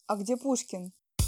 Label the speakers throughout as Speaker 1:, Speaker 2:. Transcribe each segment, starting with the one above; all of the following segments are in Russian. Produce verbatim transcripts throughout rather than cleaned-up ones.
Speaker 1: А где Пушкин?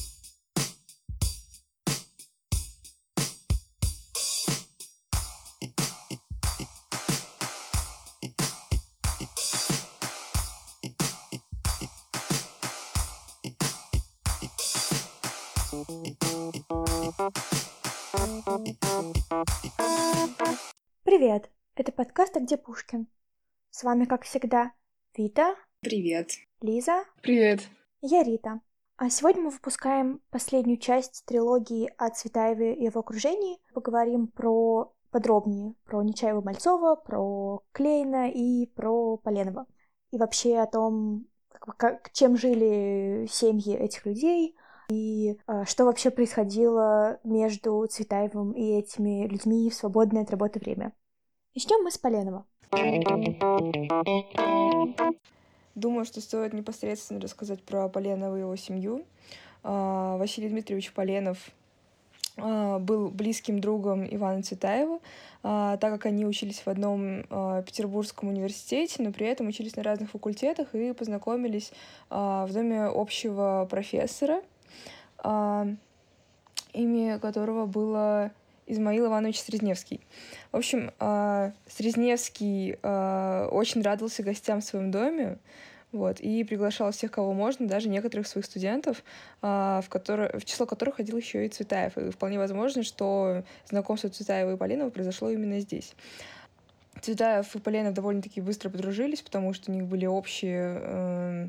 Speaker 2: Привет! Это подкаст «А где Пушкин?». С вами, как всегда, Вита.
Speaker 1: Привет.
Speaker 2: Лиза.
Speaker 3: Привет.
Speaker 2: Я Рита. А сегодня мы выпускаем последнюю часть трилогии о Цветаеве и его окружении. Поговорим про подробнее про Нечаева-Мальцова, про Клейна и про Поленова. И вообще о том, как, как, чем жили семьи этих людей, и а, что вообще происходило между Цветаевым и этими людьми в свободное от работы время. Начнем мы с Поленова.
Speaker 3: Думаю, что стоит непосредственно рассказать про Поленова и его семью. Василий Дмитриевич Поленов был близким другом Ивана Цветаева, так как они учились в одном Петербургском университете, но при этом учились на разных факультетах и познакомились в доме общего профессора, имя которого было Измаил Иванович Срезневский. В общем, Срезневский очень радовался гостям в своем доме, вот, и приглашал всех, кого можно, даже некоторых своих студентов, в, которые, в число которых ходил еще и Цветаев. И вполне возможно, что знакомство Цветаева и Поленова произошло именно здесь. Цветаев и Поленов довольно-таки быстро подружились, потому что у них были общие,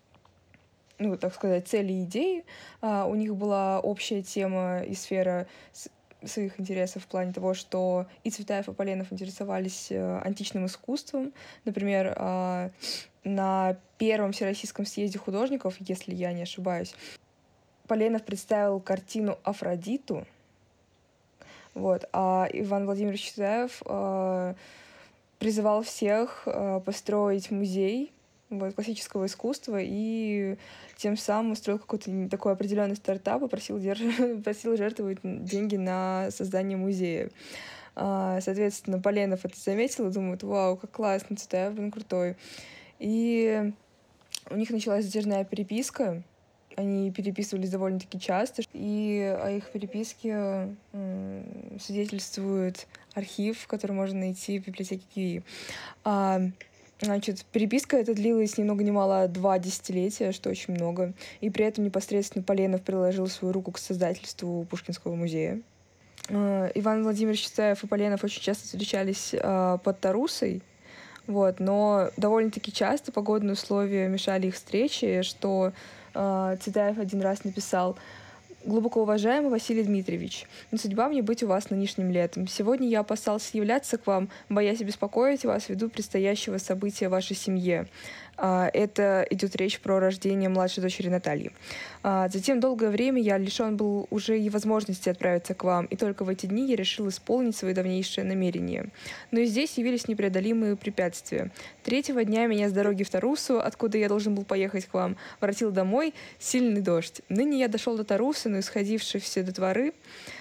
Speaker 3: ну, так сказать, цели и идеи. У них была общая тема и сфера своих интересов в плане того, что и Цветаев, и Поленов интересовались античным искусством. Например, на первом Всероссийском съезде художников, если я не ошибаюсь, Поленов представил картину «Афродиту», вот, а Иван Владимирович Цветаев призывал всех построить музей вот, классического искусства и тем самым устроил какой-то такой определенный стартап и просил, держ... просил жертвовать деньги на создание музея. Соответственно, Поленов это заметил и думает: вау, как классно, Цветаев, блин, крутой. И у них началась затяжная переписка. Они переписывались довольно-таки часто. И о их переписке свидетельствует архив, который можно найти в библиотеке КИИ. Значит, переписка эта длилась ни много ни мало два десятилетия, что очень много. И при этом непосредственно Поленов приложил свою руку к создательству Пушкинского музея. Иван Владимирович Цветаев и Поленов очень часто встречались под Тарусой, вот, но довольно-таки часто погодные условия мешали их встрече, что Цветаев один раз написал: «Глубоко уважаемый Василий Дмитриевич, не судьба мне быть у вас нынешним летом. Сегодня я опасался являться к вам, боясь обеспокоить вас ввиду предстоящего события в вашей семье». Это идет речь про рождение младшей дочери Натальи. Затем долгое время я лишен был уже и возможности отправиться к вам, и только в эти дни я решил исполнить свои давнейшие намерения. Но и здесь явились непреодолимые препятствия. Третьего дня меня с дороги в Тарусу, откуда я должен был поехать к вам, воротил домой сильный дождь. Ныне я дошел до Тарусы, но исходившейся до Творы,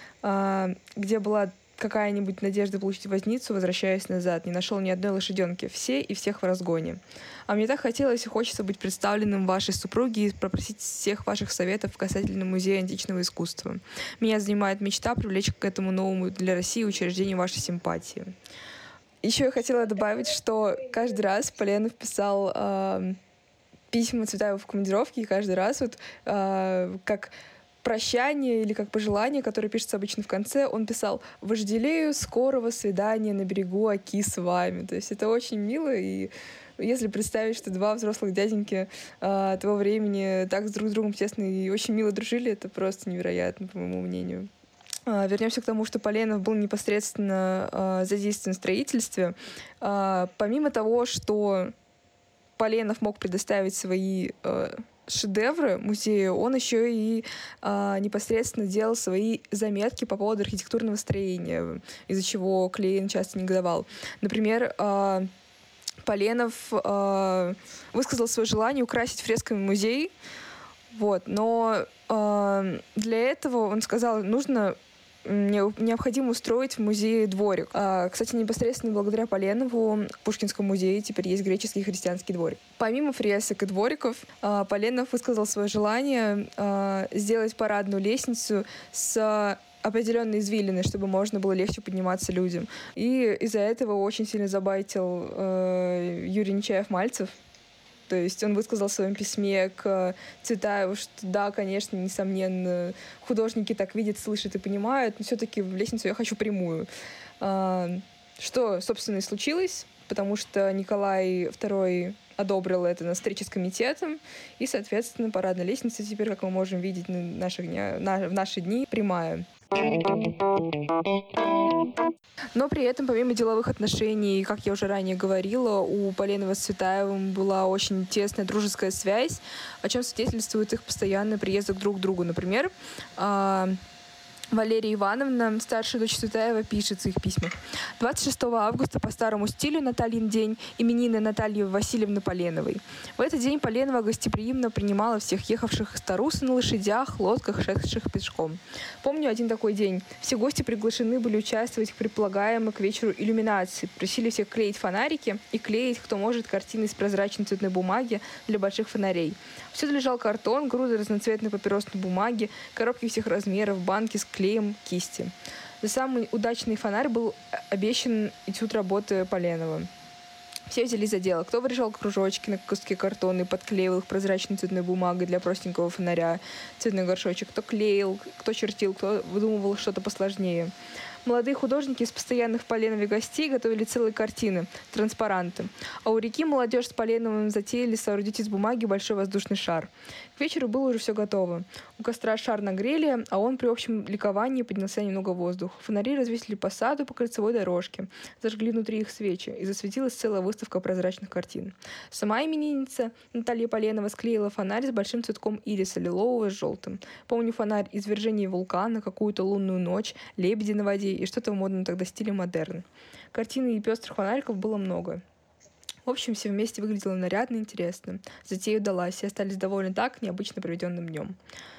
Speaker 3: где была какая-нибудь надежда получить возницу, возвращаясь назад, не нашел ни одной лошаденки, все и всех в разгоне. А мне так хотелось и хочется быть представленным вашей супруге и попросить всех ваших советов касательно Музея античного искусства. Меня занимает мечта привлечь к этому новому для России учреждению вашей симпатии. Еще я хотела добавить, что каждый раз Поленов писал э, письма Цветаеву в командировке, и каждый раз вот э, как прощание или как пожелание, которое пишется обычно в конце, он писал: «Вожделею скорого свидания на берегу Оки с вами». То есть это очень мило, и если представить, что два взрослых дяденьки э, того времени так с друг с другом тесно и очень мило дружили, это просто невероятно, по моему мнению. Э, вернемся к тому, что Поленов был непосредственно э, задействован в строительстве. Э, помимо того, что Поленов мог предоставить свои э, шедевры музею, он еще и э, непосредственно делал свои заметки по поводу архитектурного строения, из-за чего Клейн часто негодовал. Например, э, Поленов э, высказал свое желание украсить фресками музей, вот, но э, для этого он сказал, нужно необходимо устроить в музее дворик. Кстати, непосредственно благодаря Поленову в Пушкинском музее теперь есть греческий христианский дворик. Помимо фресок и двориков, Поленов высказал свое желание сделать парадную лестницу с определенной извилины, чтобы можно было легче подниматься людям. И из-за этого очень сильно забайтил э, Юрий Нечаев-Мальцев. То есть он высказал в своем письме к Цветаеву, что да, конечно, несомненно, художники так видят, слышат и понимают, но все-таки в лестницу я хочу прямую. А, что, собственно, и случилось, потому что Николай второй одобрил это на встрече с комитетом, и, соответственно, парадная лестница теперь, как мы можем видеть на наших дня, на, в наши дни, прямая. Но при этом, помимо деловых отношений, как я уже ранее говорила, у Поленова с Цветаевым была очень тесная дружеская связь, о чем свидетельствует их постоянные приезды друг к другу. Например, Валерия Ивановна, старшая дочь Цветаева, пишет в своих письмах. двадцать шестого августа по старому стилю Натальин день, именины Натальи Васильевны Поленовой. В этот день Поленова гостеприимно принимала всех ехавших из Тарусы на лошадях, лодках, шедших пешком. Помню один такой день. Все гости приглашены были участвовать в предполагаемой к вечеру иллюминации. Просили всех клеить фонарики и клеить, кто может, картины из прозрачной цветной бумаги для больших фонарей. Всюду лежал картон, груды разноцветной папиросной бумаги, коробки всех размеров, банки с клеем, кисти. За самый удачный фонарь был обещан этюд работы Поленова. Все взялись за дело. Кто вырежал кружочки на куске картона и подклеивал их прозрачной цветной бумагой для простенького фонаря, цветной горшочек, кто клеил, кто чертил, кто выдумывал что-то посложнее. Молодые художники из постоянных в Поленове гостей готовили целые картины, транспаранты. А у реки молодежь с Поленовым затеяли соорудить из бумаги большой воздушный шар. К вечеру было уже все готово. У костра шар нагрели, а он при общем ликовании поднялся немного в воздух. Фонари развесили по саду, по кольцевой дорожке. Зажгли внутри их свечи, и засветилась целая выставка прозрачных картин. Сама именинница Наталья Поленова склеила фонарь с большим цветком ириса, лилового с желтым. Помню фонарь «Извержение вулкана», «Какую-то лунную ночь», «Лебеди на воде» и что-то в модном тогда стиле модерн. Картины и пестрых фонариков было много. В общем, все вместе выглядело нарядно и интересно. Затея удалась, все остались довольны так необычно проведенным днем.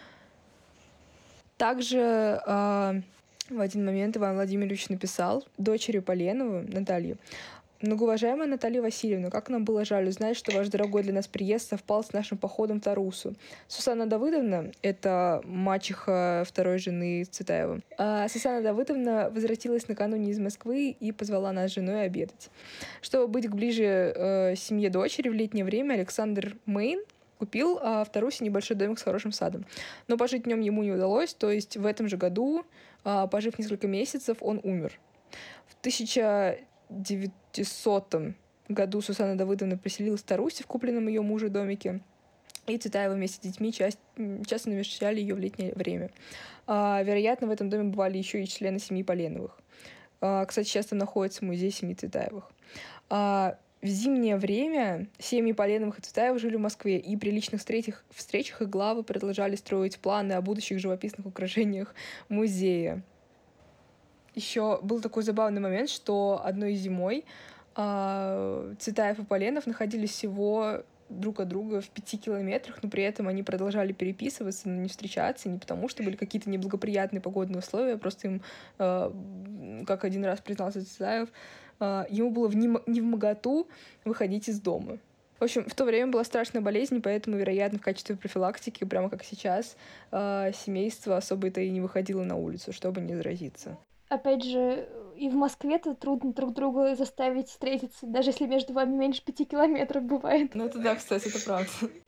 Speaker 3: Также э, в один момент Иван Владимирович написал дочери Поленову, Наталье: «Многоуважаемая Наталья Васильевна, как нам было жаль узнать, что ваш дорогой для нас приезд совпал с нашим походом в Тарусу. Сусанна Давыдовна, это мачеха второй жены Цветаева, а Сусанна Давыдовна возвратилась накануне из Москвы и позвала нас с женой обедать. Чтобы быть ближе э, семье дочери в летнее время, Александр Мейн купил а, в Тарусе небольшой домик с хорошим садом. Но пожить в нем ему не удалось, то есть в этом же году, а, пожив несколько месяцев, он умер. В тысяча девятисотом году Сусанна Давыдовна поселилась в Тарусе в купленном ее мужу домике, и Цветаева вместе с детьми часто, часто навещали ее в летнее время. А, вероятно, в этом доме бывали еще и члены семьи Поленовых. А, кстати, сейчас там находится музей семьи Цветаевых. А, в зимнее время семьи Поленовых и Цветаевых жили в Москве, и при личных встречах, встречах их главы продолжали строить планы о будущих живописных украшениях музея. Еще был такой забавный момент, что одной зимой э, Цветаев и Поленов находились всего друг от друга в пяти километрах, но при этом они продолжали переписываться, но не встречаться, не потому что были какие-то неблагоприятные погодные условия, просто им, э, как один раз признался Цветаев, э, ему было в невмоготу выходить из дома. В общем, в то время была страшная болезнь, поэтому, вероятно, в качестве профилактики, прямо как сейчас, э, семейство особо-то и не выходило на улицу, чтобы не заразиться.
Speaker 2: Опять же, и в Москве-то трудно друг друга заставить встретиться, даже если между вами меньше пяти километров бывает.
Speaker 3: Ну это да, кстати, это правда.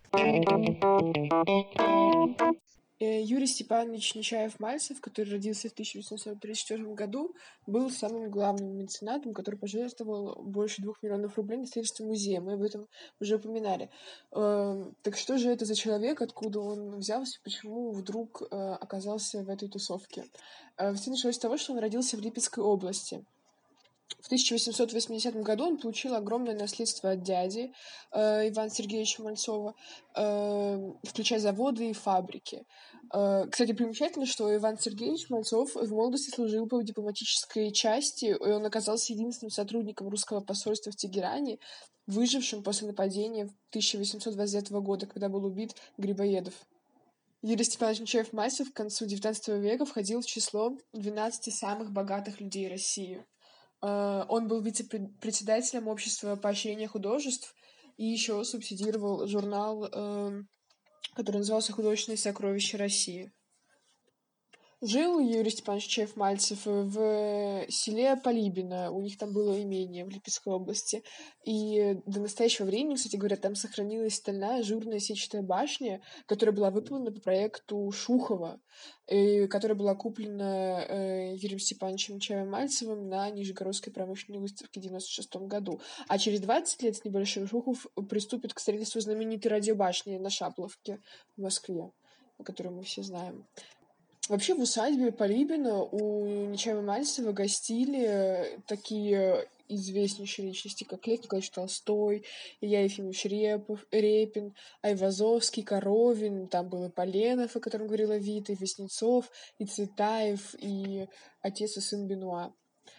Speaker 1: Юрий Степанович Нечаев-Мальцев, который родился в тысяча восемьсот тридцать четвёртом году, был самым главным меценатом, который пожертвовал больше двух миллионов рублей на строительство музея. Мы об этом уже упоминали. Так что же это за человек, откуда он взялся, почему вдруг оказался в этой тусовке? Все началось с того, что он родился в Липецкой области. В тысяча восемьсот восьмидесятом году он получил огромное наследство от дяди э, Ивана Сергеевича Мальцова, э, включая заводы и фабрики. Э, кстати, примечательно, что Иван Сергеевич Мальцов в молодости служил по дипломатической части, и он оказался единственным сотрудником русского посольства в Тегеране, выжившим после нападения тысяча восемьсот двадцать девятого года, когда был убит Грибоедов. Юрий Степанович Нечаев-Мальцев к концу девятнадцатого века входил в число двенадцати самых богатых людей России. Он был вице-председателем Общества поощрения художеств и еще субсидировал журнал, который назывался «Художественные сокровища России». Жил Юрий Степанович Нечаев-Мальцев в селе Полибино, у них там было имение в Липецкой области, и до настоящего времени, кстати говоря, там сохранилась стальная ажурная сетчатая башня, которая была выполнена по проекту Шухова, и которая была куплена э, Юрием Степановичем Нечаевым-Мальцевым на Нижегородской промышленной выставке в девяносто шестом году. А через двадцать лет с небольшим Шухов приступит к строительству знаменитой радиобашни на Шабловке в Москве, которую мы все знаем. Вообще в усадьбе Полибино у Нечаева-Мальцева гостили такие известнейшие личности, как Лев Николаевич Толстой, Илья Ефимович Репов, Репин, Айвазовский, Коровин, там был и Поленов, о котором говорила Вита, и Васнецов, и Цветаев, и отец и сын Бенуа.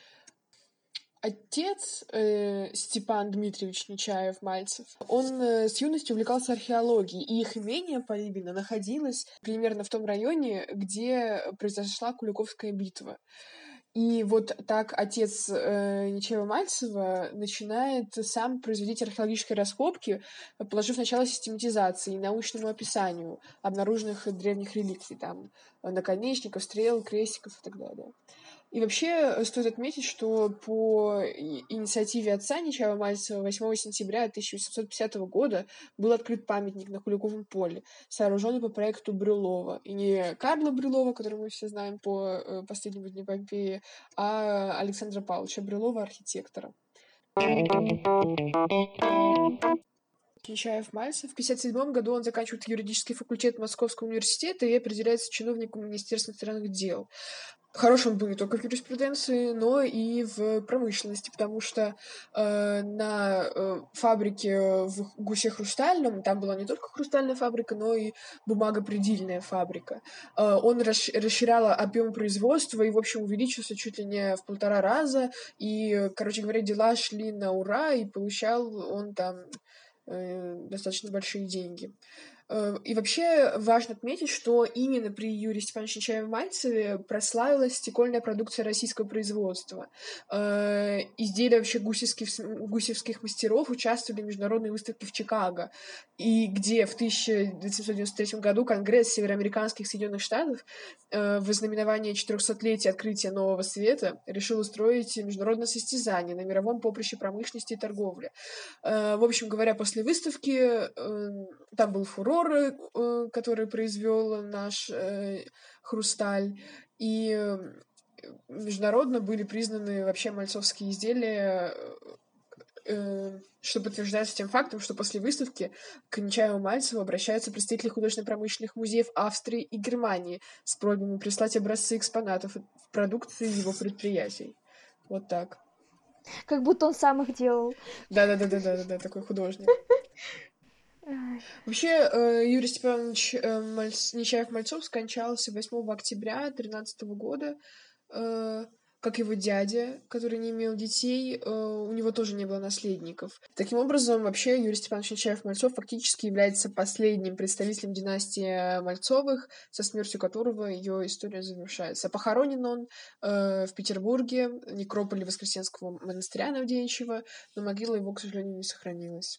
Speaker 1: Отец э, Степан Дмитриевич Нечаев-Мальцев, он э, с юности увлекался археологией, и их имение Полибино находилось примерно в том районе, где произошла Куликовская битва. И вот так отец э, Нечаева-Мальцева начинает сам производить археологические раскопки, положив начало систематизации и научному описанию обнаруженных древних реликвий, там, наконечников, стрел, крестиков и так далее. И вообще стоит отметить, что по инициативе отца Нечаева-Мальцева восьмого сентября тысяча восемьсот пятидесятого года был открыт памятник на Куликовом поле, сооруженный по проекту Брюлова. И не Карла Брюлова, который мы все знаем по «Последнему дню Помпеи», а Александра Павловича Брюлова, архитектора. Нечаев-Мальцев. В пятьдесят седьмом году он заканчивает юридический факультет Московского университета и определяется чиновником Министерства иностранных дел. Хорош он был не только в юриспруденции, но и в промышленности, потому что э, на э, фабрике в Гусе-Хрустальном, там была не только хрустальная фабрика, но и бумагопредельная фабрика. Э, он расш- расширял объем производства и, в общем, увеличился чуть ли не в полтора раза. И, короче говоря, дела шли на ура, и получал он там э, достаточно большие деньги. И вообще важно отметить, что именно при Юрии Степановиче Нечаеве-Мальцеве прославилась стекольная продукция российского производства. Изделия вообще гусевских, гусевских мастеров участвовали в международной выставке в Чикаго, и где в тысяча девятьсот девяносто третьем году Конгресс североамериканских Соединенных Штатов в ознаменование четырехсотлетия открытия Нового Света решил устроить международное состязание на мировом поприще промышленности и торговли. В общем говоря, после выставки там был фурор, который произвел наш э, хрусталь, и международно были признаны вообще мальцовские изделия, э, что подтверждается тем фактом, что после выставки к Нечаеву-Мальцеву обращаются представители художественно-промышленных музеев Австрии и Германии с просьбами прислать образцы экспонатов продукции его предприятий. Вот так.
Speaker 2: Как будто он сам их делал.
Speaker 1: Да-да-да-да-да, такой художник. Вообще, Юрий Степанович Нечаев-Мальцов скончался восьмого октября тринадцатого года, как его дядя, который не имел детей, у него тоже не было наследников. Таким образом, вообще, Юрий Степанович Нечаев-Мальцов фактически является последним представителем династии Мальцовых, со смертью которого ее история завершается. Похоронен он в Петербурге, в некрополе Воскресенского монастыря Новденчева, но могила его, к сожалению, не сохранилась.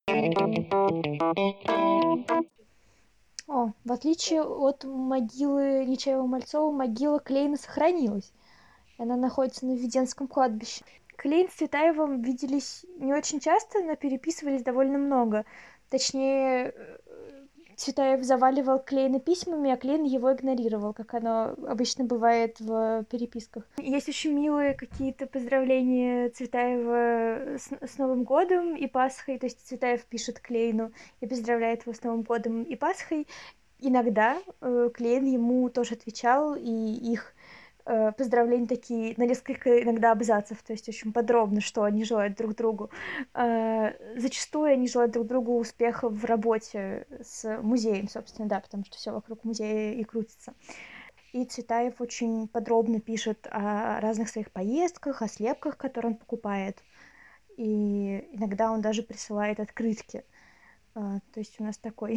Speaker 2: О, в отличие от могилы Нечаева-Мальцова, могила Клейна сохранилась. Она находится на Введенском кладбище. Клейн с Цветаевым виделись не очень часто, но переписывались довольно много. Точнее, Цветаев заваливал Клейна письмами, а Клейн его игнорировал, как оно обычно бывает в переписках. Есть очень милые какие-то поздравления Цветаева с, с Новым годом и Пасхой. То есть Цветаев пишет Клейну и поздравляет его с Новым годом и Пасхой. Иногда э, Клейн ему тоже отвечал, и их э, поздравления такие на несколько иногда абзацев, то есть очень подробно, что они желают друг другу. Э, зачастую они желают друг другу успехов в работе с музеем, собственно, да, потому что все вокруг музея и крутится. И Цветаев очень подробно пишет о разных своих поездках, о слепках, которые он покупает. И иногда он даже присылает открытки. Э, то есть у нас такой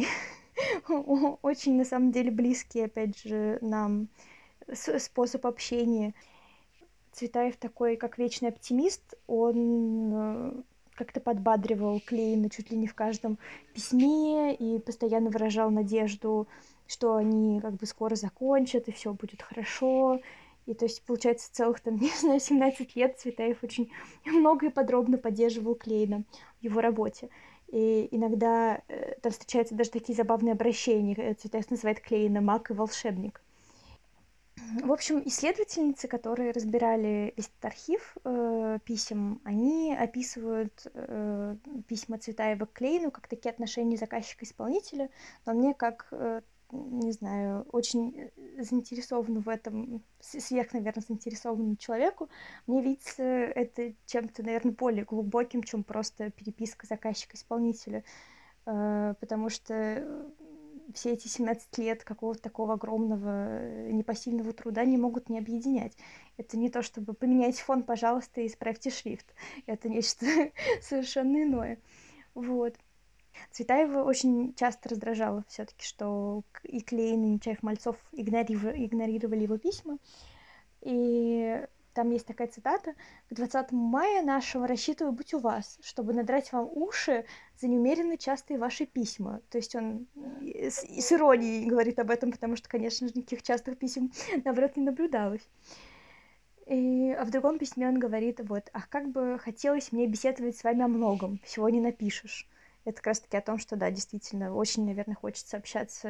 Speaker 2: очень, на самом деле, близкий, опять же, нам способ общения. Цветаев такой, как вечный оптимист, он как-то подбадривал Клейна чуть ли не в каждом письме и постоянно выражал надежду, что они как бы скоро закончат, и все будет хорошо. И то есть, получается, целых, там, не знаю, семнадцать лет Цветаев очень много и подробно поддерживал Клейна в его работе. И иногда э, там встречаются даже такие забавные обращения. Цветаев называет Клейна «маг и волшебник». В общем, исследовательницы, которые разбирали весь этот архив э, писем, они описывают э, письма Цветаева к Клейну как такие отношения заказчика-исполнителя, но мне как, э, не знаю, очень заинтересованному в этом, сверх, наверное, заинтересованному человеку, мне видится это чем-то, наверное, более глубоким, чем просто переписка заказчика-исполнителя, э, потому что все эти семнадцать лет какого-то такого огромного непосильного труда не могут не объединять. Это не то, чтобы поменяйте фон, пожалуйста, и исправьте шрифт. Это нечто совершенно иное. Вот. Цветаева очень часто раздражало все-таки, что и Клейн, и Нечаев-Мальцов игнорировали, игнорировали его письма. И там есть такая цитата: «К двадцатому мая нашего рассчитываю быть у вас, чтобы надрать вам уши за неумеренно частые ваши письма». То есть он с, с иронией говорит об этом, потому что, конечно же, никаких частых писем, наоборот, не наблюдалось. И, а в другом письме он говорит: вот, ах, как бы хотелось мне беседовать с вами о многом, всего не напишешь. Это как раз-таки о том, что, да, действительно, очень, наверное, хочется общаться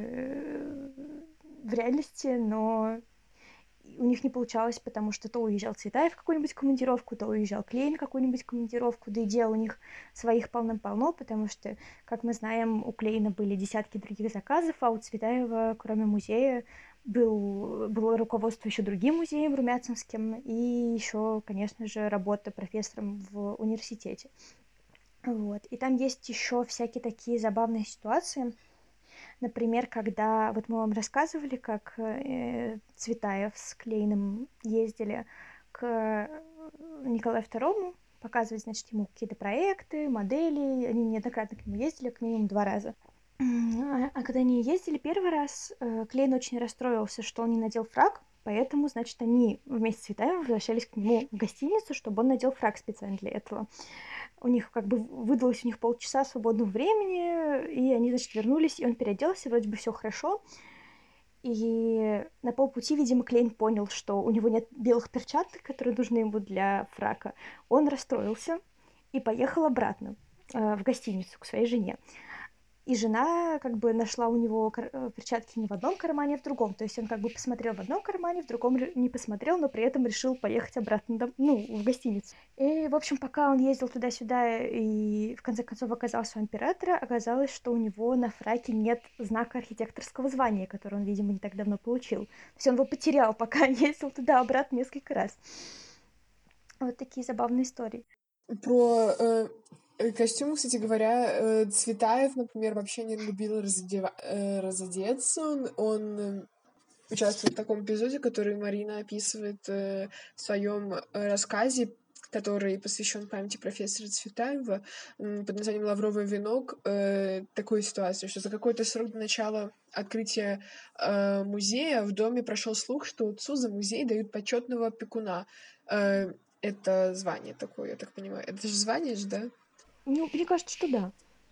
Speaker 2: в реальности, но у них не получалось, потому что то уезжал Цветаев в какую-нибудь командировку, то уезжал Клейн в какую-нибудь командировку, да и дел у них своих полным-полно, потому что, как мы знаем, у Клейна были десятки других заказов, а у Цветаева, кроме музея, был, было руководство еще другим музеем румянцевским и еще, конечно же, работа профессором в университете. Вот. И там есть еще всякие такие забавные ситуации. Например, когда вот мы вам рассказывали, как э, Цветаев с Клейном ездили к Николаю второму показывать, значит, ему какие-то проекты, модели. Они неоднократно к нему ездили, как минимум два раза. А, а когда они ездили первый раз, э, Клейн очень расстроился, что он не надел фрак, поэтому, значит, они вместе с Цветаевым возвращались к нему в гостиницу, чтобы он надел фрак специально для этого. У них как бы выдалось у них полчаса свободного времени, и они, значит, вернулись, и он переоделся, вроде бы все хорошо. И на полпути, видимо, Клейн понял, что у него нет белых перчаток, которые нужны ему для фрака. Он расстроился и поехал обратно э, в гостиницу к своей жене. И жена как бы нашла у него перчатки не в одном кармане, а в другом. То есть он как бы посмотрел в одном кармане, в другом не посмотрел, но при этом решил поехать обратно, ну, в гостиницу. И, в общем, пока он ездил туда-сюда и в конце концов оказался у императора, оказалось, что у него на фраке нет знака архитекторского звания, который он, видимо, не так давно получил. То есть он его потерял, пока ездил туда-обратно несколько раз. Вот такие забавные истории.
Speaker 1: Про э, костюм, кстати говоря, э, Цветаев, например, вообще не любил разодева- э, разодеться. Он, он э, участвует в таком эпизоде, который Марина описывает э, в своем э, рассказе, который посвящен памяти профессора Цветаева, э, под названием «Лавровый венок», э, такую ситуацию, что за какой-то срок до начала открытия э, музея в доме прошел слух, что отцу за музей дают почетного опекуна. Э, это звание такое, я так понимаю. Это же звание же, да?
Speaker 2: Ну, мне кажется, что да.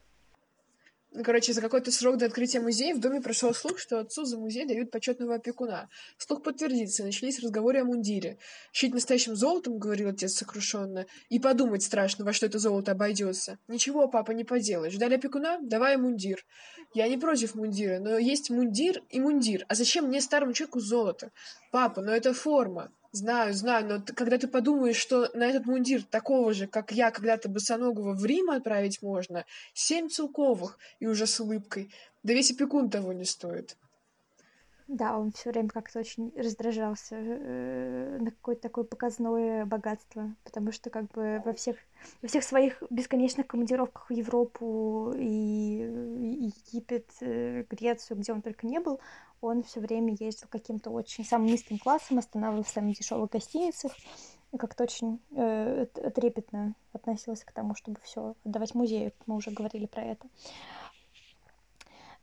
Speaker 1: Ну, короче, за какой-то срок до открытия музея в доме прошел слух, что отцу за музей дают почетного опекуна. Слух подтвердится, и начались разговоры о мундире. «Щить настоящим золотом», — говорил отец сокрушенно, — «и подумать страшно, во что это золото обойдется. Ничего, папа, не поделаешь. Ждали опекуна? Давай мундир». Я не против мундира, но есть мундир и мундир. А зачем мне, старому человеку, золото? Папа, но это форма. Знаю, знаю, но когда ты подумаешь, что на этот мундир такого же, как я, когда-то босоногого в Рим отправить можно, семь целковых, и уже с улыбкой, да весь опекун того не стоит.
Speaker 2: Да, он все время как-то очень раздражался э, на какое-то такое показное богатство, потому что как бы во всех, во всех своих бесконечных командировках в Европу и, и Египет, э, Грецию, где он только не был, он все время ездил каким-то очень самым низким классом, останавливался в самых дешевых гостиницах, и как-то очень э, трепетно относился к тому, чтобы все отдавать музею, мы уже говорили про это.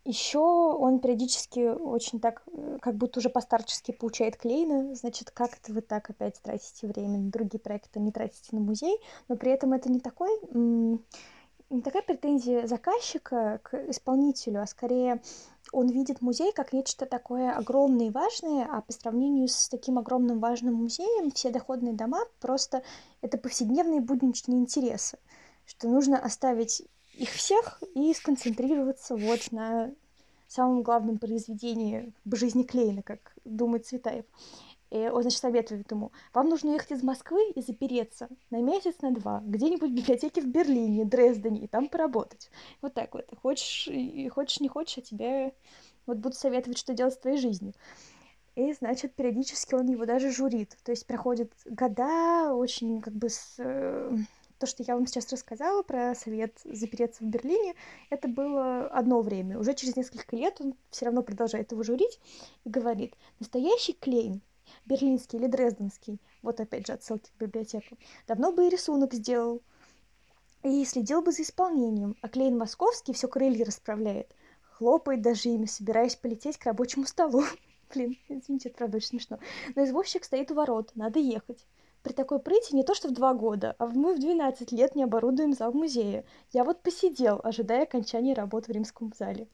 Speaker 2: Еще он периодически очень так, э, как будто уже постарчески получает Клейна. Значит, как это вы так опять тратите время на другие проекты, не тратите на музей, но при этом это не такой, м, не такая претензия заказчика к исполнителю, а скорее он видит музей как нечто такое огромное и важное, а по сравнению с таким огромным важным музеем все доходные дома просто это повседневные будничные интересы, что нужно оставить их всех и сконцентрироваться вот на самом главном произведении в жизни Клейна, как думает Цветаев. И он, значит, советует ему, вам нужно ехать из Москвы и запереться на месяц, на два, где-нибудь в библиотеке в Берлине, Дрездене, и там поработать. Вот так вот. Хочешь, и хочешь, не хочешь, а тебе вот будут советовать, что делать с твоей жизнью. И, значит, периодически он его даже журит. То есть проходят года очень как бы с... э, То, что я вам сейчас рассказала про совет запереться в Берлине, это было одно время. Уже через несколько лет он все равно продолжает его журить и говорит, настоящий Клейн, берлинский или дрезденский, вот опять же отсылки к библиотеку, давно бы и рисунок сделал, и следил бы за исполнением, а Клейн московский все крылья расправляет, хлопает даже ими, собираясь полететь к рабочему столу. Блин, извините, это правда очень смешно. Но извозчик стоит у ворот, надо ехать. При такой прыти не то что в два года, а мы в двенадцать лет не оборудуем зал музея. Я вот посидел, ожидая окончания работ в римском зале.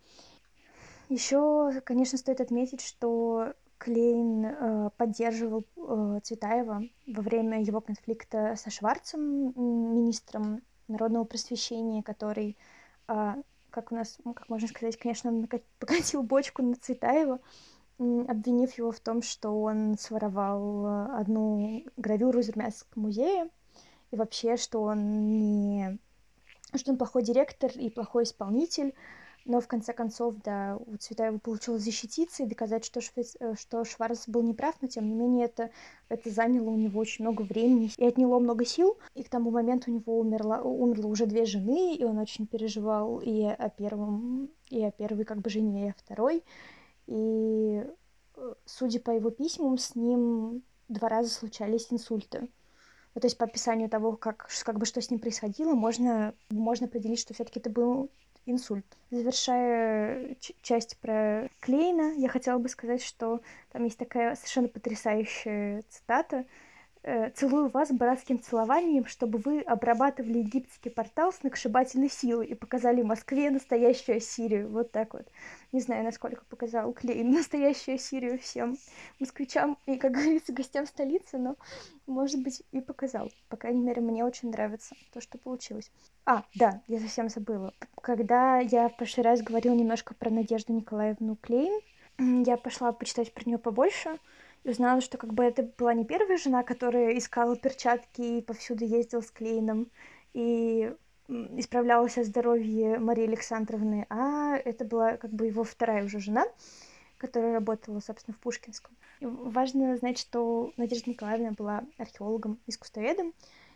Speaker 2: Еще, конечно, стоит отметить, что Клейн э, поддерживал э, Цветаева во время его конфликта со Шварцем, министром народного просвещения, который, э, как у нас, ну, как можно сказать, конечно, покатил бочку на Цветаева, обвинив его в том, что он своровал одну гравюру из Армянского музея, и вообще, что он не... что он плохой директор и плохой исполнитель. Но в конце концов, да, у Цветаева получилось защититься и доказать, что, Швейц... что Шварц был неправ, но тем не менее это, это заняло у него очень много времени и отняло много сил. И к тому моменту у него умерла, умерло уже две жены, и он очень переживал и о первом, и о первой как бы жене, и о второй. И, судя по его письмам, с ним два раза случались инсульты. Ну, то есть по описанию того, как, как бы что с ним происходило, можно, можно определить, что все-таки это был инсульт. Завершая ч- часть про Клейна, я хотела бы сказать, что там есть такая совершенно потрясающая цитата. «Целую вас братским целованием, чтобы вы обрабатывали египетский портал с сногсшибательной силой и показали Москве настоящую Ассирию». Вот так вот. Не знаю, насколько показал Клейн настоящую Ассирию всем москвичам и, как говорится, гостям столицы, но, может быть, и показал. По крайней мере, мне очень нравится то, что получилось. А, да, я совсем забыла. Когда я в прошлый раз говорила немножко про Надежду Николаевну Клейн, я пошла почитать про нее побольше и узнала, что как бы это была не первая жена, которая искала перчатки и повсюду ездила с Клейном и исправлялась о здоровье Марии Александровны, а это была как бы его вторая уже жена, которая работала, собственно, в Пушкинском. И важно знать, что Надежда Николаевна была археологом, искусствоведом,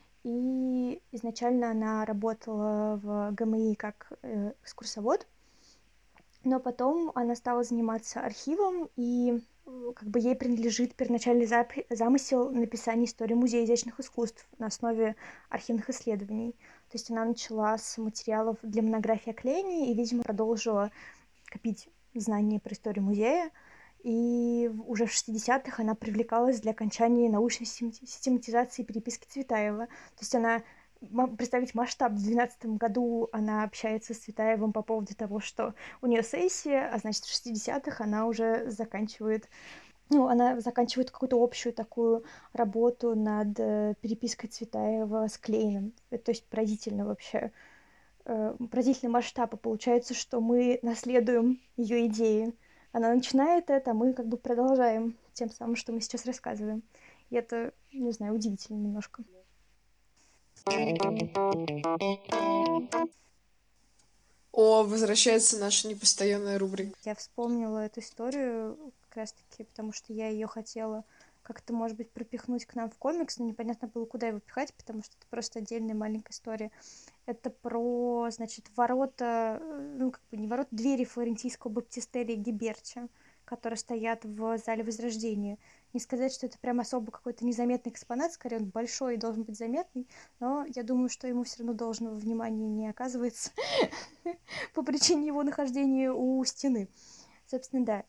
Speaker 2: и изначально она работала в ГМИ как э, экскурсовод, но потом она стала заниматься архивом, и как бы ей принадлежит первоначальный замысел написания истории Музея изящных искусств на основе архивных исследований. То есть она начала с материалов для монографии о Клейне и, видимо, продолжила копить знания про историю музея. И уже в шестидесятых она привлекалась для окончания научной систематизации переписки Цветаева. То есть она представить масштаб. В две тысячи двенадцатом году она общается с Цветаевым по поводу того, что у нее сессия, а значит, в шестидесятых она уже заканчивает ну, она заканчивает какую-то общую такую работу над э, перепиской Цветаева с Клейном. Это, то есть поразительно вообще. Э, поразительный масштаб. И получается, что мы наследуем ее идеи. Она начинает это, а мы как бы продолжаем тем самым, что мы сейчас рассказываем. И это, не знаю, удивительно немножко.
Speaker 1: О, возвращается наша непостоянная рубрика.
Speaker 2: Я вспомнила эту историю как раз-таки, потому что я ее хотела как-то, может быть, пропихнуть к нам в комикс, но непонятно было, куда его пихать, потому что это просто отдельная маленькая история. Это про, значит, ворота, ну, как бы не ворота, двери флорентийского баптистерия Гиберча, которые стоят в зале Возрождения. Не сказать, что это прям особо какой-то незаметный экспонат, скорее он большой и должен быть заметный, но я думаю, что ему все равно должного внимания не оказывается по причине его нахождения у стены. Собственно, да,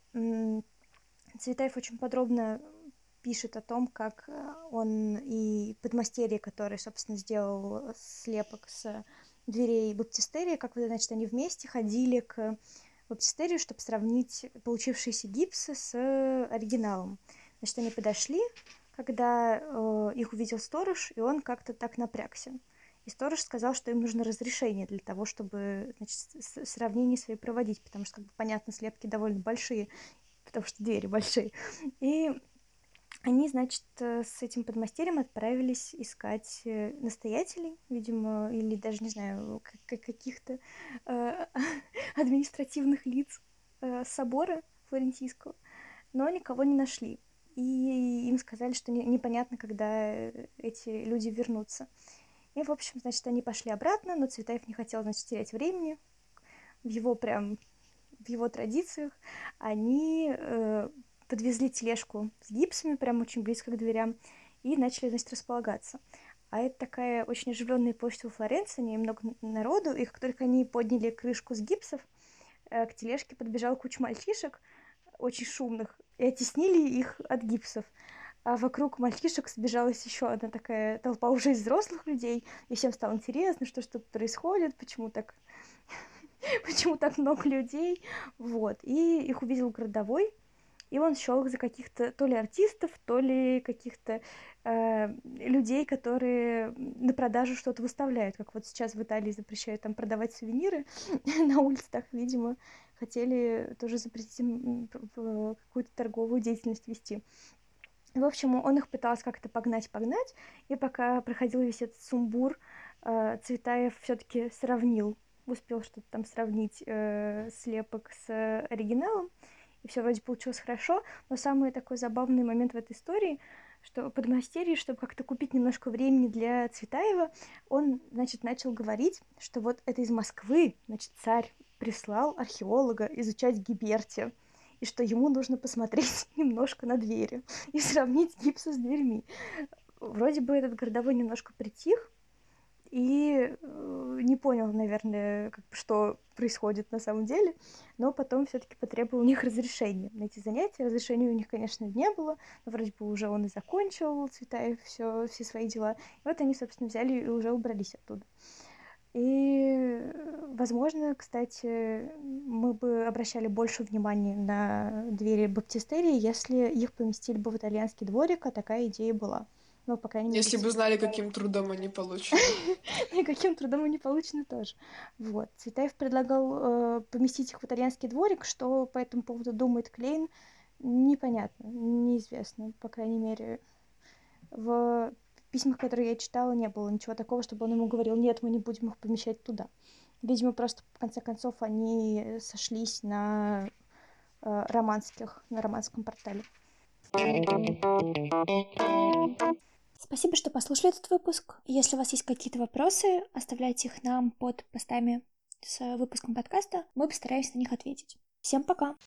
Speaker 2: Цветаев очень подробно пишет о том, как он и подмастерье, который, собственно, сделал слепок с дверей баптистерия, как вы, значит, они вместе ходили к баптистерию, чтобы сравнить получившиеся гипсы с оригиналом. Значит, они подошли, когда э, их увидел сторож, и он как-то так напрягся. И сторож сказал, что им нужно разрешение для того, чтобы, значит, сравнение свои проводить, потому что, как бы, понятно, слепки довольно большие, потому что двери большие. И они, значит, с этим подмастерьем отправились искать настоятелей, видимо, или даже, не знаю, каких-то э, административных лиц э, собора флорентийского, но никого не нашли. И им сказали, что не, непонятно, когда эти люди вернутся. И, в общем, значит, они пошли обратно, но Цветаев не хотел, значит, терять времени. В его прям, в его традициях они э, подвезли тележку с гипсами прям очень близко к дверям и начали, значит, располагаться. А это такая очень оживленная площадь во Флоренции, не много народу, и как только они подняли крышку с гипсов, э, к тележке подбежал куча мальчишек, очень шумных, и оттеснили их от гипсов. А вокруг мальчишек сбежалась еще одна такая толпа уже из взрослых людей, и всем стало интересно, что что-то происходит, почему так, почему так много людей, вот. И их увидел городовой, и он счёл их за каких-то то ли артистов, то ли каких-то э, людей, которые на продажу что-то выставляют, как вот сейчас в Италии запрещают там продавать сувениры на улице, так, видимо, хотели тоже запретить им какую-то торговую деятельность вести. В общем, он их пытался как-то погнать-погнать, и пока проходил весь этот сумбур, э, Цветаев все-таки сравнил, успел что-то там сравнить э, слепок с оригиналом, и все вроде получилось хорошо, но самый такой забавный момент в этой истории, что подмастерье, чтобы как-то купить немножко времени для Цветаева, он, значит, начал говорить, что вот это из Москвы, значит, царь прислал археолога изучать Гиберти, и что ему нужно посмотреть немножко на двери и сравнить гипсы с дверьми. Вроде бы этот городовой немножко притих и э, не понял, наверное, как бы, что происходит на самом деле, но потом все-таки потребовал у них разрешения на эти занятия. Разрешения у них, конечно, не было, но вроде бы уже он и закончил, Цветаев, все, все свои дела. И вот они, собственно, взяли и уже убрались оттуда. И, возможно, кстати, мы бы обращали больше внимания на двери баптистерии, если их поместили бы в итальянский дворик, а такая идея была. Ну, по крайней мере...
Speaker 1: Если бы знали, каким трудом они получены.
Speaker 2: И каким трудом они получены тоже. Вот. Цветаев предлагал э, поместить их в итальянский дворик, что по этому поводу думает Клейн, непонятно, неизвестно. По крайней мере, в письмах, которые я читала, не было ничего такого, чтобы он ему говорил: нет, мы не будем их помещать туда. Видимо, просто в конце концов они сошлись на э, романских, на романском портале. Спасибо, что послушали этот выпуск. Если у вас есть какие-то вопросы, оставляйте их нам под постами с выпуском подкаста. Мы постараемся на них ответить. Всем пока!